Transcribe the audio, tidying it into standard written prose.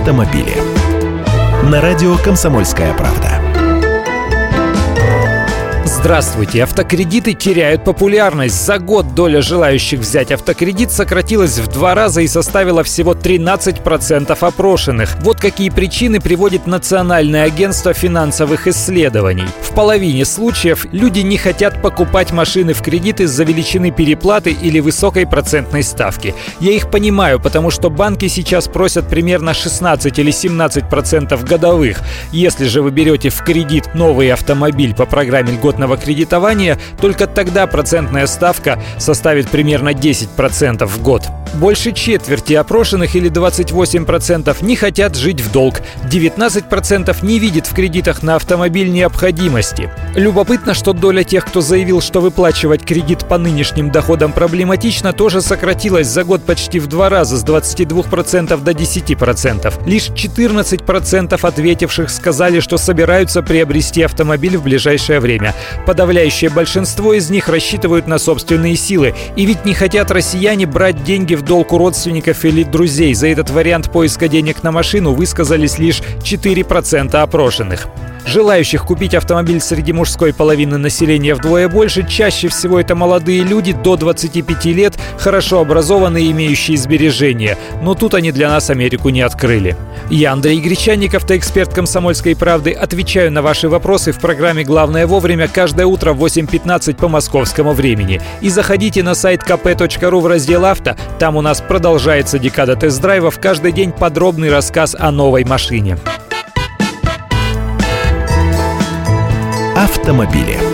автомобили. На радио «Комсомольская правда». Здравствуйте. Автокредиты теряют популярность. За год доля желающих взять автокредит сократилась в 2 раза и составила всего 13% опрошенных. Вот какие причины приводит Национальное агентство финансовых исследований. В половине случаев люди не хотят покупать машины в кредит из-за величины переплаты или высокой процентной ставки. Я их понимаю, потому что банки сейчас просят примерно 16 или 17% годовых. Если же вы берете в кредит новый автомобиль по программе льготного кредитования, только тогда процентная ставка составит примерно 10% в год. Больше четверти опрошенных, или 28%, не хотят жить в долг. 19% не видят в кредитах на автомобиль необходимости. Любопытно, что доля тех, кто заявил, что выплачивать кредит по нынешним доходам проблематично, тоже сократилась за год почти в 2 раза, с 22% до 10%. Лишь 14% ответивших сказали, что собираются приобрести автомобиль в ближайшее время. Подавляющее большинство из них рассчитывают на собственные силы. И ведь не хотят россияне брать деньги в долг у родственников или друзей. За этот вариант поиска денег на машину высказались лишь 4% опрошенных. Желающих купить автомобиль среди мужской половины населения вдвое больше. Чаще всего это молодые люди до 25 лет, хорошо образованные, имеющие сбережения. Но тут они для нас Америку не открыли. Я, Андрей Гречанник, автоэксперт «Комсомольской правды», отвечаю на ваши вопросы в программе «Главное вовремя» каждое утро в 8:15 по московскому времени. И заходите на сайт kp.ru в раздел «Авто». Там у нас продолжается декада тест-драйвов. Каждый день подробный рассказ о новой машине. Автомобили.